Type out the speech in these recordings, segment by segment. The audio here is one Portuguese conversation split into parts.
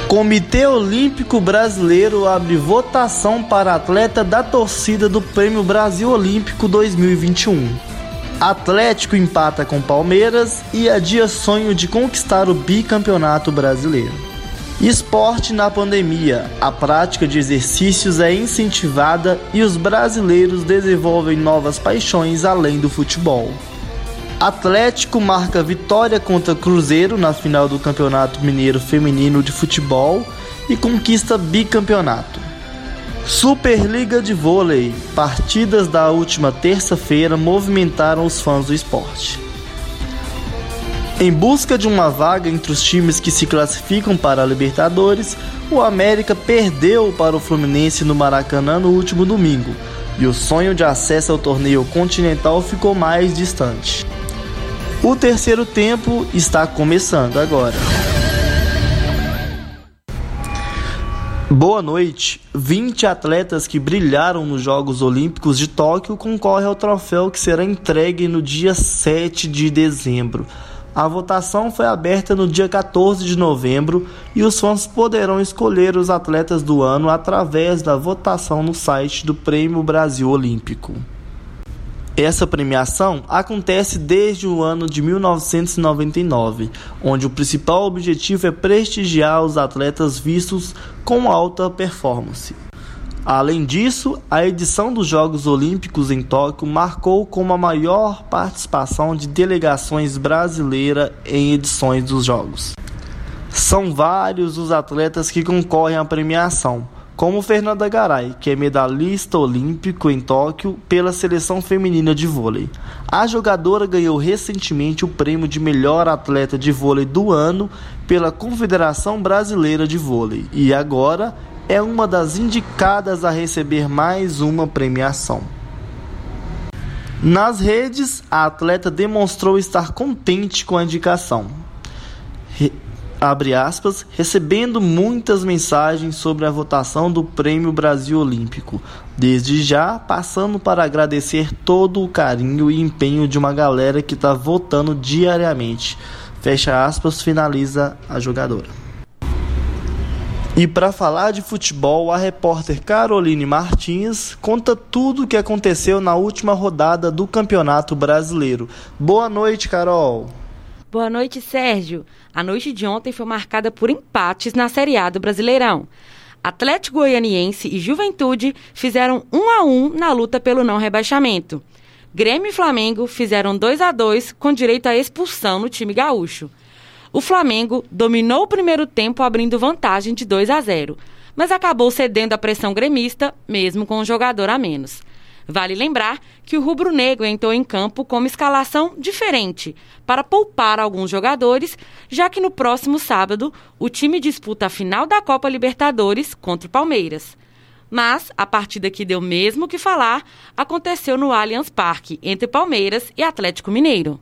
Comitê Olímpico Brasileiro abre votação para atleta da torcida do Prêmio Brasil Olímpico 2021. Atlético empata com Palmeiras e adia sonho de conquistar o bicampeonato brasileiro. Esporte na pandemia. A prática de exercícios é incentivada e os brasileiros desenvolvem novas paixões além do futebol. Atlético marca vitória contra Cruzeiro na final do Campeonato Mineiro Feminino de Futebol e conquista bicampeonato. Superliga de Vôlei. Partidas da última terça-feira movimentaram os fãs do esporte. Em busca de uma vaga entre os times que se classificam para a Libertadores, o América perdeu para o Fluminense no Maracanã no último domingo, e o sonho de acesso ao torneio continental ficou mais distante. O terceiro tempo está começando agora. Boa noite. 20 atletas que brilharam nos Jogos Olímpicos de Tóquio concorrem ao troféu que será entregue no dia 7 de dezembro. A votação foi aberta no dia 14 de novembro e os fãs poderão escolher os atletas do ano através da votação no site do Prêmio Brasil Olímpico. Essa premiação acontece desde o ano de 1999, onde o principal objetivo é prestigiar os atletas vistos com alta performance. Além disso, a edição dos Jogos Olímpicos em Tóquio marcou como a maior participação de delegações brasileiras em edições dos Jogos. São vários os atletas que concorrem à premiação, como Fernanda Garay, que é medalhista olímpico em Tóquio pela seleção feminina de vôlei. A jogadora ganhou recentemente o prêmio de melhor atleta de vôlei do ano pela Confederação Brasileira de Vôlei e agora é uma das indicadas a receber mais uma premiação. Nas redes, a atleta demonstrou estar contente com a indicação. Abre aspas, recebendo muitas mensagens sobre a votação do Prêmio Brasil Olímpico. Desde já, passando para agradecer todo o carinho e empenho de uma galera que está votando diariamente. Fecha aspas, finaliza a jogadora. E para falar de futebol, a repórter Caroline Martins conta tudo o que aconteceu na última rodada do Campeonato Brasileiro. Boa noite, Carol. Boa noite, Sérgio. A noite de ontem foi marcada por empates na Série A do Brasileirão. Atlético Goianiense e Juventude fizeram 1-1 na luta pelo não rebaixamento. Grêmio e Flamengo fizeram 2-2 com direito à expulsão no time gaúcho. O Flamengo dominou o primeiro tempo abrindo vantagem de 2-0, mas acabou cedendo à pressão gremista, mesmo com um jogador a menos. Vale lembrar que o rubro-negro entrou em campo com uma escalação diferente para poupar alguns jogadores, já que no próximo sábado o time disputa a final da Copa Libertadores contra o Palmeiras. Mas a partida que deu mesmo o que falar aconteceu no Allianz Parque, entre Palmeiras e Atlético Mineiro.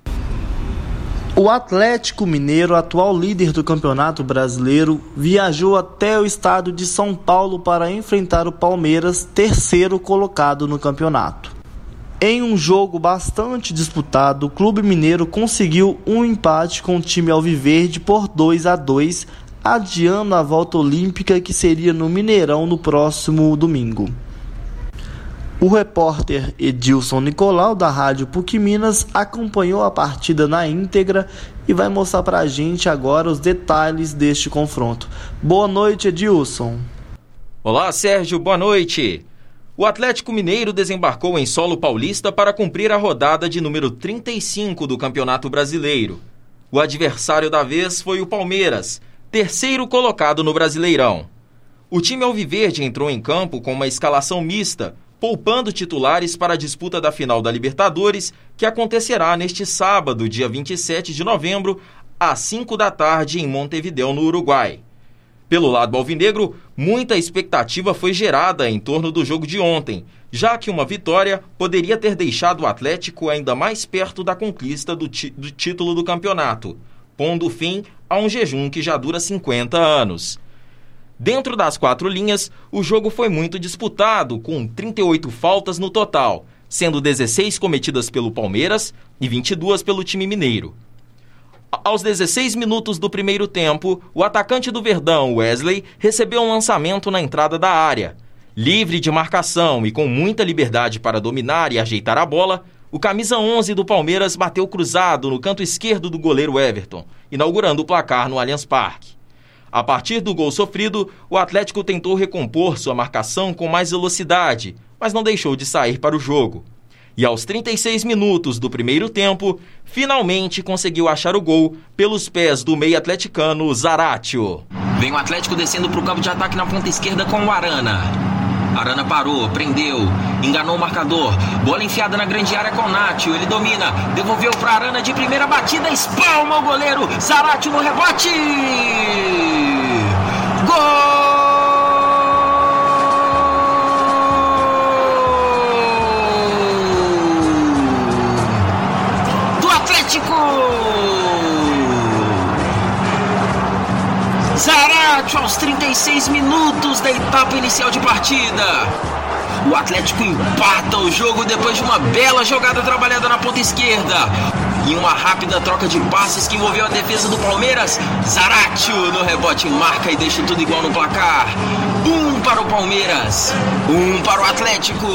O Atlético Mineiro, atual líder do Campeonato Brasileiro, viajou até o estado de São Paulo para enfrentar o Palmeiras, terceiro colocado no campeonato. Em um jogo bastante disputado, o Clube Mineiro conseguiu um empate com o time alviverde por 2-2, adiando a volta olímpica que seria no Mineirão no próximo domingo. O repórter Edilson Nicolau, da Rádio PUC Minas, acompanhou a partida na íntegra e vai mostrar para a gente agora os detalhes deste confronto. Boa noite, Edilson. Olá, Sérgio, boa noite. O Atlético Mineiro desembarcou em solo paulista para cumprir a rodada de número 35 do Campeonato Brasileiro. O adversário da vez foi o Palmeiras, terceiro colocado no Brasileirão. O time alviverde entrou em campo com uma escalação mista, poupando titulares para a disputa da final da Libertadores, que acontecerá neste sábado, dia 27 de novembro, às 5 da tarde, em Montevidéu, no Uruguai. Pelo lado alvinegro, muita expectativa foi gerada em torno do jogo de ontem, já que uma vitória poderia ter deixado o Atlético ainda mais perto da conquista do título do campeonato, pondo fim a um jejum que já dura 50 anos. Dentro das quatro linhas, o jogo foi muito disputado, com 38 faltas no total, sendo 16 cometidas pelo Palmeiras e 22 pelo time mineiro. Aos 16 minutos do primeiro tempo, o atacante do Verdão, Wesley, recebeu um lançamento na entrada da área. Livre de marcação e com muita liberdade para dominar e ajeitar a bola, o camisa 11 do Palmeiras bateu cruzado no canto esquerdo do goleiro Everton, inaugurando o placar no Allianz Parque. A partir do gol sofrido, o Atlético tentou recompor sua marcação com mais velocidade, mas não deixou de sair para o jogo. E aos 36 minutos do primeiro tempo, finalmente conseguiu achar o gol pelos pés do meio atleticano Zaratio. Vem o Atlético descendo para o campo de ataque na ponta esquerda com o Arana. Arana parou, prendeu, enganou o marcador. Bola enfiada na grande área com o Nátio. Ele domina, devolveu para Arana de primeira batida, espalma o goleiro. Zaratio no rebote. Gol! Zaratio aos 36 minutos da etapa inicial de partida. O Atlético empata o jogo depois de uma bela jogada trabalhada na ponta esquerda. E uma rápida troca de passes que envolveu a defesa do Palmeiras. Zaratio no rebote marca e deixa tudo igual no placar. 1 para o Palmeiras, 1 para o Atlético.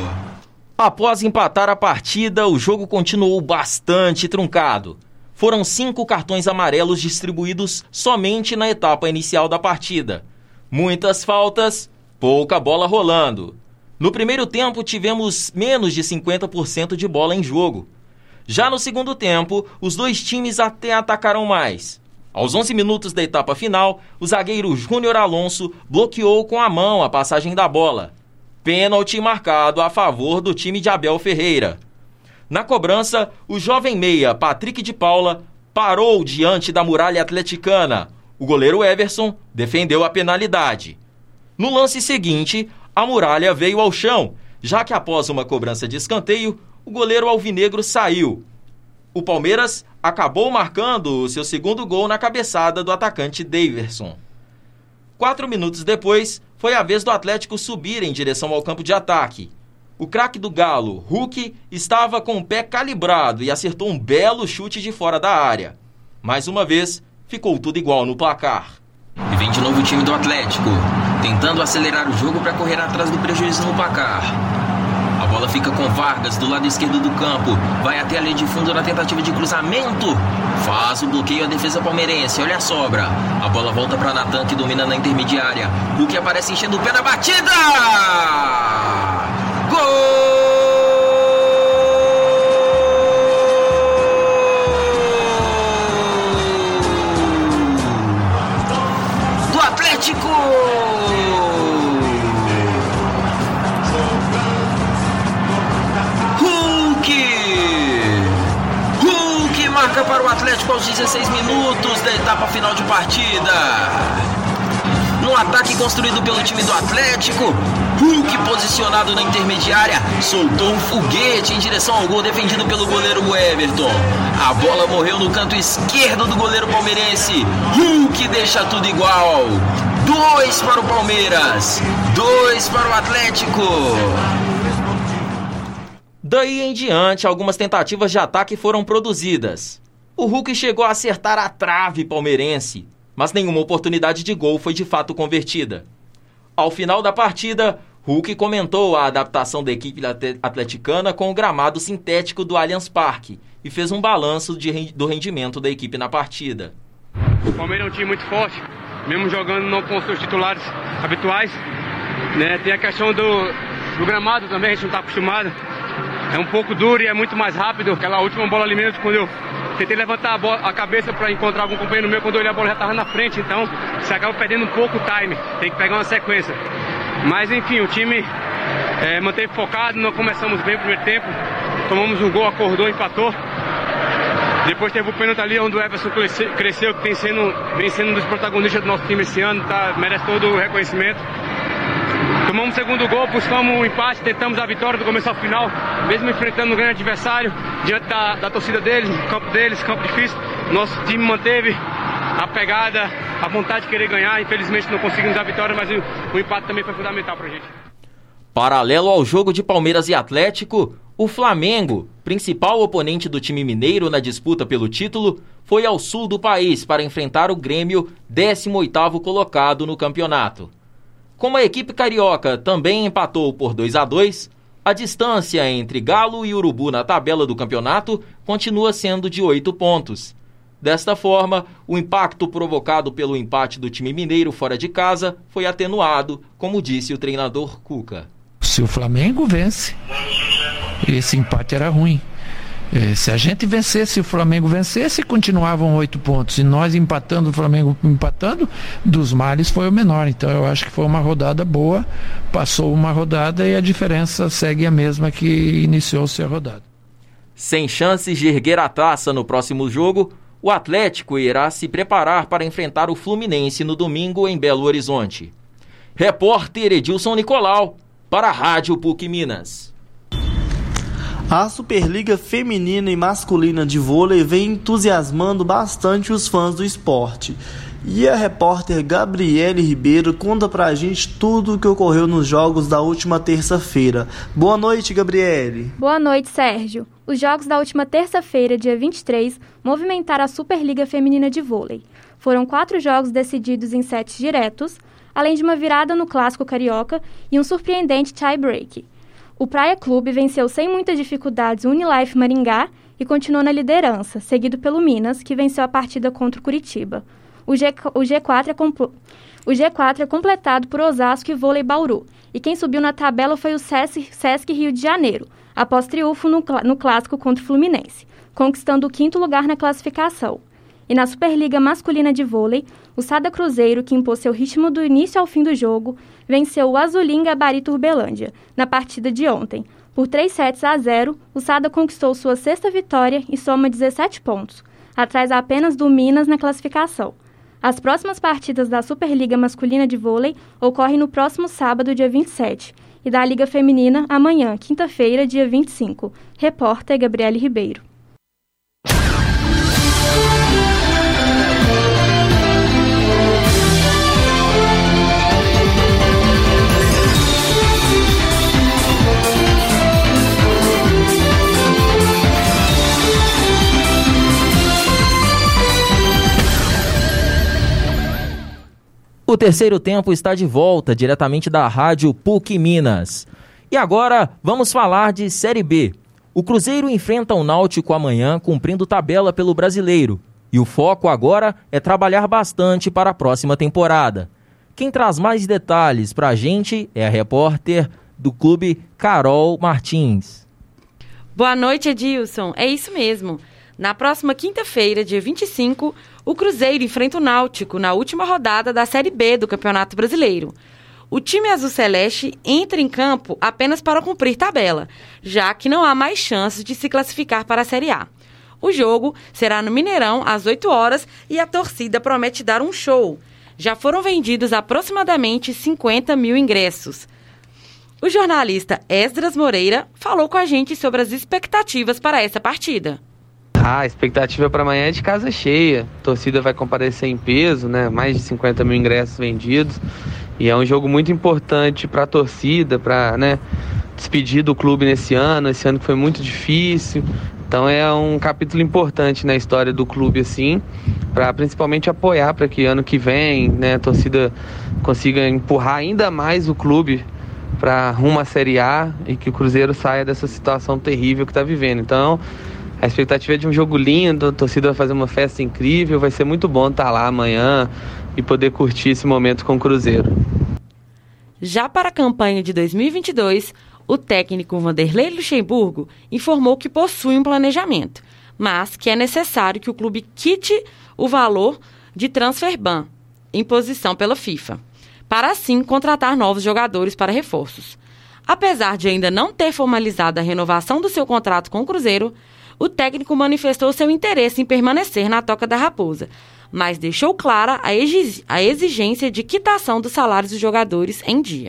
Após empatar a partida, o jogo continuou bastante truncado. Foram 5 cartões amarelos distribuídos somente na etapa inicial da partida. Muitas faltas, pouca bola rolando. No primeiro tempo, tivemos menos de 50% de bola em jogo. Já no segundo tempo, os dois times até atacaram mais. Aos 11 minutos da etapa final, o zagueiro Júnior Alonso bloqueou com a mão a passagem da bola. Pênalti marcado a favor do time de Abel Ferreira. Na cobrança, o jovem meia Patrick de Paula parou diante da muralha atleticana. O goleiro Everson defendeu a penalidade. No lance seguinte, a muralha veio ao chão, já que após uma cobrança de escanteio, o goleiro alvinegro saiu. O Palmeiras acabou marcando o seu segundo gol na cabeçada do atacante Daverson. 4 minutos depois, foi a vez do Atlético subir em direção ao campo de ataque. O craque do Galo, Hulk, estava com o pé calibrado e acertou um belo chute de fora da área. Mais uma vez, ficou tudo igual no placar. E vem de novo o time do Atlético, tentando acelerar o jogo para correr atrás do prejuízo no placar. A bola fica com Vargas do lado esquerdo do campo, vai até a linha de fundo na tentativa de cruzamento. Faz o bloqueio a defesa palmeirense, olha a sobra. A bola volta para Natan, que domina na intermediária. Hulk aparece enchendo o pé na batida! Gol! Do Atlético! Hulk marca para o Atlético aos 16 minutos da etapa final de partida. No ataque construído pelo time do Atlético, Hulk, posicionado na intermediária, soltou um foguete em direção ao gol defendido pelo goleiro Everton. A bola morreu no canto esquerdo do goleiro palmeirense. Hulk deixa tudo igual. 2 para o Palmeiras, 2 para o Atlético. Daí em diante, algumas tentativas de ataque foram produzidas. O Hulk chegou a acertar a trave palmeirense, mas nenhuma oportunidade de gol foi de fato convertida. Ao final da partida, Hulk comentou a adaptação da equipe atleticana com o gramado sintético do Allianz Parque e fez um balanço do rendimento da equipe na partida. O Palmeiras é um time muito forte, mesmo jogando não com os seus titulares habituais, né? Tem a questão do gramado também, a gente não está acostumado. É um pouco duro e é muito mais rápido. Aquela última bola ali mesmo, quando eu tentei levantar a cabeça para encontrar algum companheiro meu, quando eu olhei a bola já estava na frente, então você acaba perdendo um pouco o time, tem que pegar uma sequência. Mas enfim, o time manteve focado, nós começamos bem o primeiro tempo, tomamos um gol, acordou, empatou. Depois teve o pênalti ali onde o Everson cresceu, que vem sendo um dos protagonistas do nosso time esse ano, merece todo o reconhecimento. Tomamos o segundo gol, buscamos um empate, tentamos a vitória do começo ao final, mesmo enfrentando um grande adversário, diante da torcida deles, campo difícil. Nosso time manteve a pegada, a vontade de querer ganhar. Infelizmente não conseguimos a vitória, mas o empate também foi fundamental pra gente. Paralelo ao jogo de Palmeiras e Atlético, O Flamengo, principal oponente do time mineiro na disputa pelo título, foi ao sul do país para enfrentar o Grêmio, 18º colocado no campeonato. Como a equipe carioca também empatou por 2-2, a distância entre Galo e Urubu na tabela do campeonato continua sendo de 8 pontos. Desta forma, o impacto provocado pelo empate do time mineiro fora de casa foi atenuado, como disse o treinador Cuca. Se o Flamengo vence, esse empate era ruim. Se a gente vencesse, o Flamengo vencesse, continuavam 8 pontos. E nós empatando, o Flamengo empatando, dos males foi o menor. Então eu acho que foi uma rodada boa, passou uma rodada e a diferença segue a mesma que iniciou-se a rodada. Sem chances de erguer a taça no próximo jogo, o Atlético irá se preparar para enfrentar o Fluminense no domingo em Belo Horizonte. Repórter Edilson Nicolau, para a Rádio PUC Minas. A Superliga Feminina e Masculina de Vôlei vem entusiasmando bastante os fãs do esporte. E a repórter Gabriele Ribeiro conta pra gente tudo o que ocorreu nos jogos da última terça-feira. Boa noite, Gabriele. Boa noite, Sérgio. Os jogos da última terça-feira, dia 23, movimentaram a Superliga Feminina de Vôlei. Foram 4 jogos decididos em sets diretos, além de uma virada no Clássico Carioca e um surpreendente tie-break. O Praia Clube venceu sem muitas dificuldades o Unilife Maringá e continuou na liderança, seguido pelo Minas, que venceu a partida contra o Curitiba. O G4 é completado por Osasco e Vôlei Bauru, e quem subiu na tabela foi o Sesc Rio de Janeiro, após triunfo no Clássico contra o Fluminense, conquistando o 5º lugar na classificação. E na Superliga Masculina de Vôlei, o Sada Cruzeiro, que impôs seu ritmo do início ao fim do jogo, venceu o Azulim Gabarito Urbelândia, na partida de ontem. Por 3-0, o Sada conquistou sua 6ª vitória e soma 17 pontos, atrás apenas do Minas na classificação. As próximas partidas da Superliga Masculina de Vôlei ocorrem no próximo sábado, dia 27, e da Liga Feminina amanhã, quinta-feira, dia 25. Repórter Gabriele Ribeiro. O terceiro tempo está de volta, diretamente da Rádio PUC Minas. E agora, vamos falar de Série B. O Cruzeiro enfrenta o Náutico amanhã, cumprindo tabela pelo Brasileiro. E o foco agora é trabalhar bastante para a próxima temporada. Quem traz mais detalhes para a gente é a repórter do clube, Carol Martins. Boa noite, Edilson. É isso mesmo. Na próxima quinta-feira, dia 25, o Cruzeiro enfrenta o Náutico na última rodada da Série B do Campeonato Brasileiro. O time azul-celeste entra em campo apenas para cumprir tabela, já que não há mais chances de se classificar para a Série A. O jogo será no Mineirão às 8 horas e a torcida promete dar um show. Já foram vendidos aproximadamente 50 mil ingressos. O jornalista Esdras Moreira falou com a gente sobre as expectativas para essa partida. A expectativa para amanhã é de casa cheia. A torcida vai comparecer em peso, né? Mais de 50 mil ingressos vendidos. E é um jogo muito importante para a torcida, para, né, despedir do clube nesse ano que foi muito difícil. Então é um capítulo importante na história do clube, assim, para principalmente apoiar para que ano que vem, né, a torcida consiga empurrar ainda mais o clube para rumo à Série A e que o Cruzeiro saia dessa situação terrível que está vivendo. Então, a expectativa é de um jogo lindo, a torcida vai fazer uma festa incrível, vai ser muito bom estar lá amanhã e poder curtir esse momento com o Cruzeiro. Já para a campanha de 2022, o técnico Vanderlei Luxemburgo informou que possui um planejamento, mas que é necessário que o clube quite o valor de transfer ban, imposição pela FIFA, para assim contratar novos jogadores para reforços. Apesar de ainda não ter formalizado a renovação do seu contrato com o Cruzeiro, o técnico manifestou seu interesse em permanecer na Toca da Raposa, mas deixou clara a exigência de quitação dos salários dos jogadores em dia.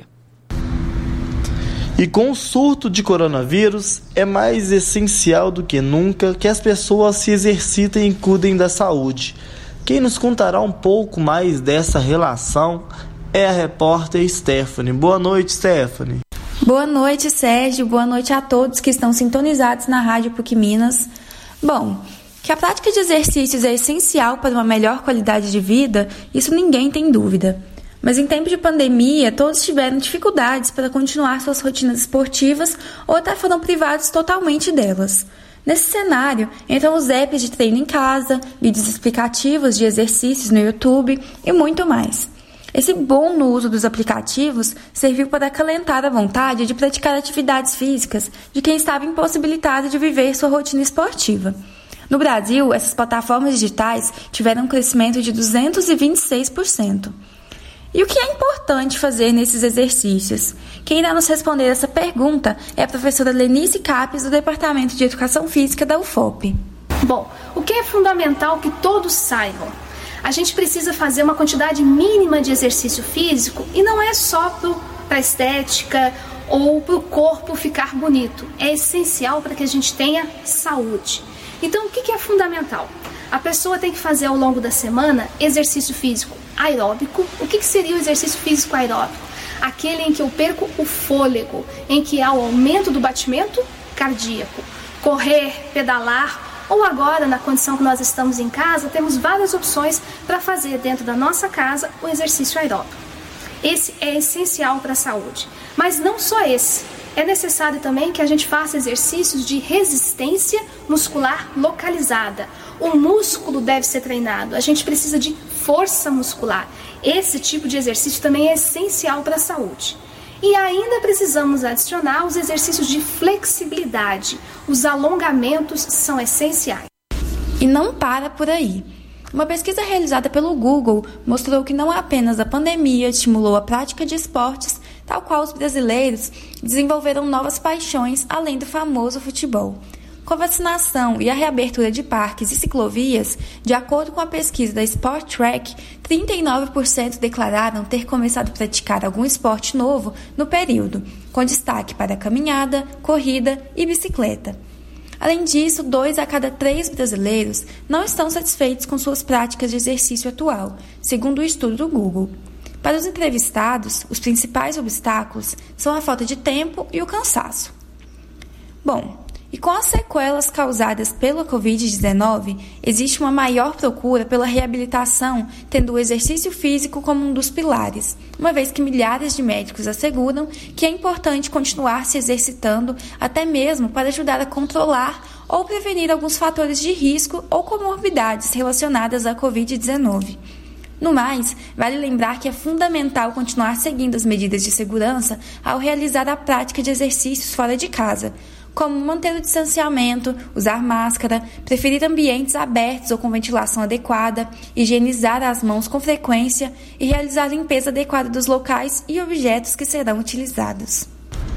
E com o surto de coronavírus, é mais essencial do que nunca que as pessoas se exercitem e cuidem da saúde. Quem nos contará um pouco mais dessa relação é a repórter Stephanie. Boa noite, Stephanie. Boa noite, Sérgio. Boa noite a todos que estão sintonizados na Rádio PUC Minas. Bom, que a prática de exercícios é essencial para uma melhor qualidade de vida, isso ninguém tem dúvida. Mas em tempo de pandemia, todos tiveram dificuldades para continuar suas rotinas esportivas ou até foram privados totalmente delas. Nesse cenário, entram os apps de treino em casa, vídeos explicativos de exercícios no YouTube e muito mais. Esse bom no uso dos aplicativos serviu para acalentar a vontade de praticar atividades físicas de quem estava impossibilitado de viver sua rotina esportiva. No Brasil, essas plataformas digitais tiveram um crescimento de 226%. E o que é importante fazer nesses exercícios? Quem irá nos responder essa pergunta é a professora Lenice Capes, do Departamento de Educação Física da UFOP. Bom, o que é fundamental que todos saibam? A gente precisa fazer uma quantidade mínima de exercício físico e não é só para a estética ou para o corpo ficar bonito. É essencial para que a gente tenha saúde. Então, o que é fundamental? A pessoa tem que fazer ao longo da semana exercício físico aeróbico. O que seria o exercício físico aeróbico? Aquele em que eu perco o fôlego, em que há o aumento do batimento cardíaco. Correr, pedalar, ou agora, na condição que nós estamos em casa, temos várias opções para fazer dentro da nossa casa o exercício aeróbico. Esse é essencial para a saúde. Mas não só esse. É necessário também que a gente faça exercícios de resistência muscular localizada. O músculo deve ser treinado, a gente precisa de força muscular. Esse tipo de exercício também é essencial para a saúde. E ainda precisamos adicionar os exercícios de flexibilidade. Os alongamentos são essenciais. E não para por aí. Uma pesquisa realizada pelo Google mostrou que não apenas a pandemia estimulou a prática de esportes, tal qual os brasileiros desenvolveram novas paixões além do famoso futebol. Com a vacinação e a reabertura de parques e ciclovias, de acordo com a pesquisa da Sport Track, 39% declararam ter começado a praticar algum esporte novo no período, com destaque para caminhada, corrida e bicicleta. Além disso, 2 a cada 3 brasileiros não estão satisfeitos com suas práticas de exercício atual, segundo o estudo do Google. Para os entrevistados, os principais obstáculos são a falta de tempo e o cansaço. Bom, e com as sequelas causadas pela Covid-19, existe uma maior procura pela reabilitação, tendo o exercício físico como um dos pilares, uma vez que milhares de médicos asseguram que é importante continuar se exercitando, até mesmo para ajudar a controlar ou prevenir alguns fatores de risco ou comorbidades relacionadas à Covid-19. No mais, vale lembrar que é fundamental continuar seguindo as medidas de segurança ao realizar a prática de exercícios fora de casa, como manter o distanciamento, usar máscara, preferir ambientes abertos ou com ventilação adequada, higienizar as mãos com frequência e realizar a limpeza adequada dos locais e objetos que serão utilizados.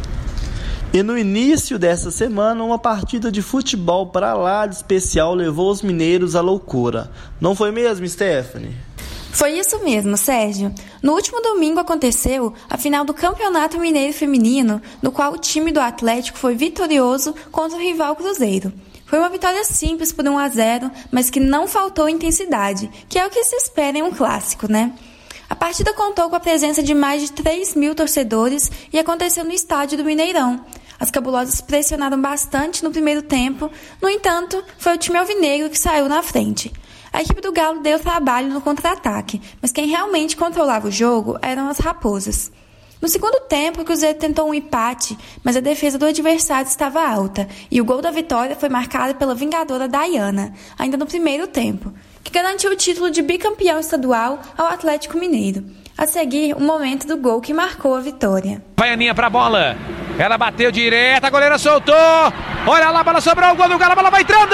E no início dessa semana, uma partida de futebol para lá de especial levou os mineiros à loucura. Não foi mesmo, Stephanie? Foi isso mesmo, Sérgio. No último domingo aconteceu a final do Campeonato Mineiro Feminino, no qual o time do Atlético foi vitorioso contra o rival Cruzeiro. Foi uma vitória simples por 1-0, mas que não faltou intensidade, que é o que se espera em um clássico, né? A partida contou com a presença de mais de 3.000 torcedores e aconteceu no estádio do Mineirão. As cabulosas pressionaram bastante no primeiro tempo, no entanto, foi o time alvinegro que saiu na frente. A equipe do Galo deu trabalho no contra-ataque, mas quem realmente controlava o jogo eram as raposas. No segundo tempo, o Cruzeiro tentou um empate, mas a defesa do adversário estava alta, e o gol da vitória foi marcado pela vingadora Dayana, ainda no primeiro tempo, que garantiu o título de bicampeão estadual ao Atlético Mineiro. A seguir, o momento do gol que marcou a vitória. Vai Aninha pra bola, ela bateu direto, a goleira soltou, olha lá, a bola sobrou, o gol do Galo, a bola vai entrando!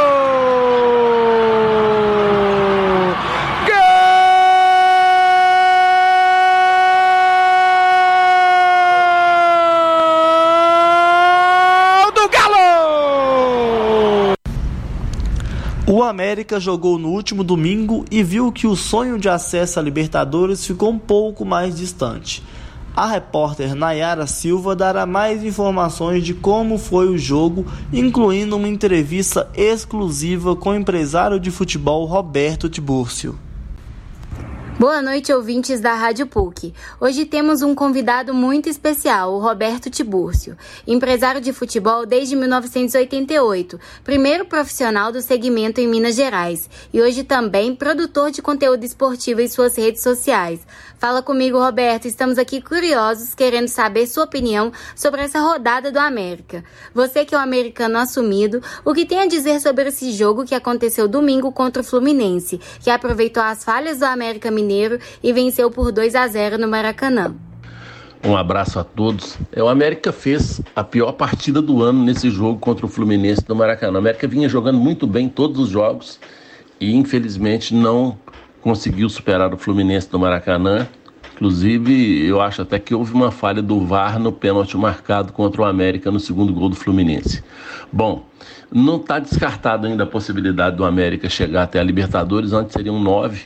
O América jogou no último domingo e viu que o sonho de acesso à Libertadores ficou um pouco mais distante. A repórter Nayara Silva dará mais informações de como foi o jogo, incluindo uma entrevista exclusiva com o empresário de futebol Roberto Tibúrcio. Boa noite, ouvintes da Rádio PUC. Hoje temos um convidado muito especial, o Roberto Tibúrcio, empresário de futebol desde 1988, primeiro profissional do segmento em Minas Gerais e hoje também produtor de conteúdo esportivo em suas redes sociais. Fala comigo, Roberto, estamos aqui curiosos, querendo saber sua opinião sobre essa rodada do América. Você que é um americano assumido, o que tem a dizer sobre esse jogo que aconteceu domingo contra o Fluminense, que aproveitou as falhas do América Mineiro e venceu por 2-0 no Maracanã? Um abraço a todos. O América fez a pior partida do ano nesse jogo contra o Fluminense no Maracanã. O América vinha jogando muito bem todos os jogos e infelizmente não conseguiu superar o Fluminense no Maracanã. Inclusive, eu acho até que houve uma falha do VAR no pênalti marcado contra o América no segundo gol do Fluminense. Bom, não está descartada ainda a possibilidade do América chegar até a Libertadores, antes seriam 9.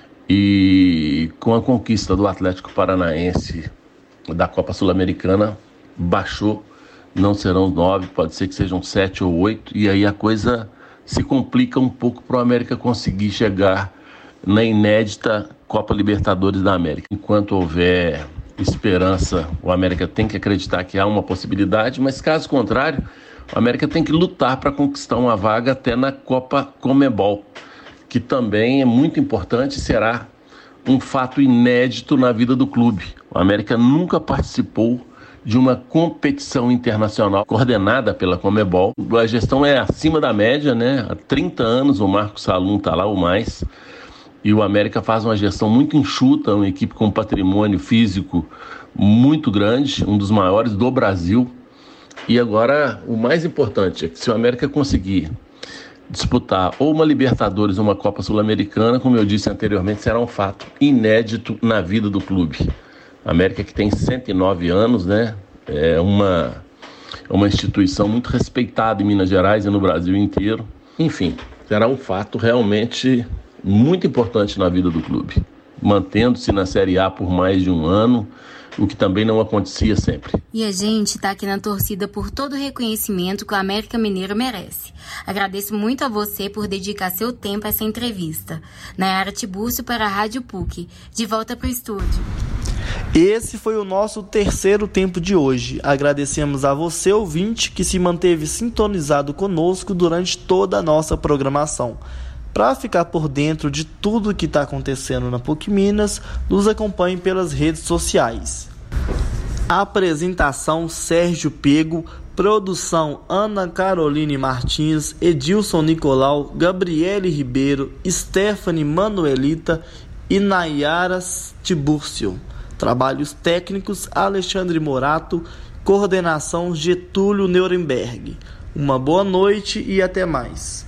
E com a conquista do Atlético Paranaense da Copa Sul-Americana, baixou, não serão 9, pode ser que sejam 7 ou 8, e aí a coisa se complica um pouco para o América conseguir chegar na inédita Copa Libertadores da América. Enquanto houver esperança, o América tem que acreditar que há uma possibilidade, mas caso contrário, o América tem que lutar para conquistar uma vaga até na Copa Conmebol, que também é muito importante e será um fato inédito na vida do clube. O América nunca participou de uma competição internacional coordenada pela Conmebol. A gestão é acima da média, né? Há 30 anos o Marcos Salum está lá ou mais, e o América faz uma gestão muito enxuta, uma equipe com patrimônio físico muito grande, um dos maiores do Brasil. E agora, o mais importante é que se o América conseguir disputar ou uma Libertadores ou uma Copa Sul-Americana, como eu disse anteriormente, será um fato inédito na vida do clube. A América, que tem 109 anos, né? É uma instituição muito respeitada em Minas Gerais e no Brasil inteiro. Enfim, será um fato realmente muito importante na vida do clube, mantendo-se na Série A por mais de um ano, o que também não acontecia sempre. E a gente está aqui na torcida por todo o reconhecimento que o América Mineiro merece. Agradeço muito a você por dedicar seu tempo a essa entrevista. Nayara Tibúrcio para a Rádio PUC. De volta para o estúdio. Esse foi o nosso terceiro tempo de hoje. Agradecemos a você, ouvinte, que se manteve sintonizado conosco durante toda a nossa programação. Para ficar por dentro de tudo que está acontecendo na PUC Minas, nos acompanhe pelas redes sociais. Apresentação Sérgio Pego, produção Ana Caroline Martins, Edilson Nicolau, Gabriele Ribeiro, Stephanie Manuelita e Nayara Tibúrcio. Trabalhos técnicos Alexandre Morato, coordenação Getúlio Nuremberg. Uma boa noite e até mais.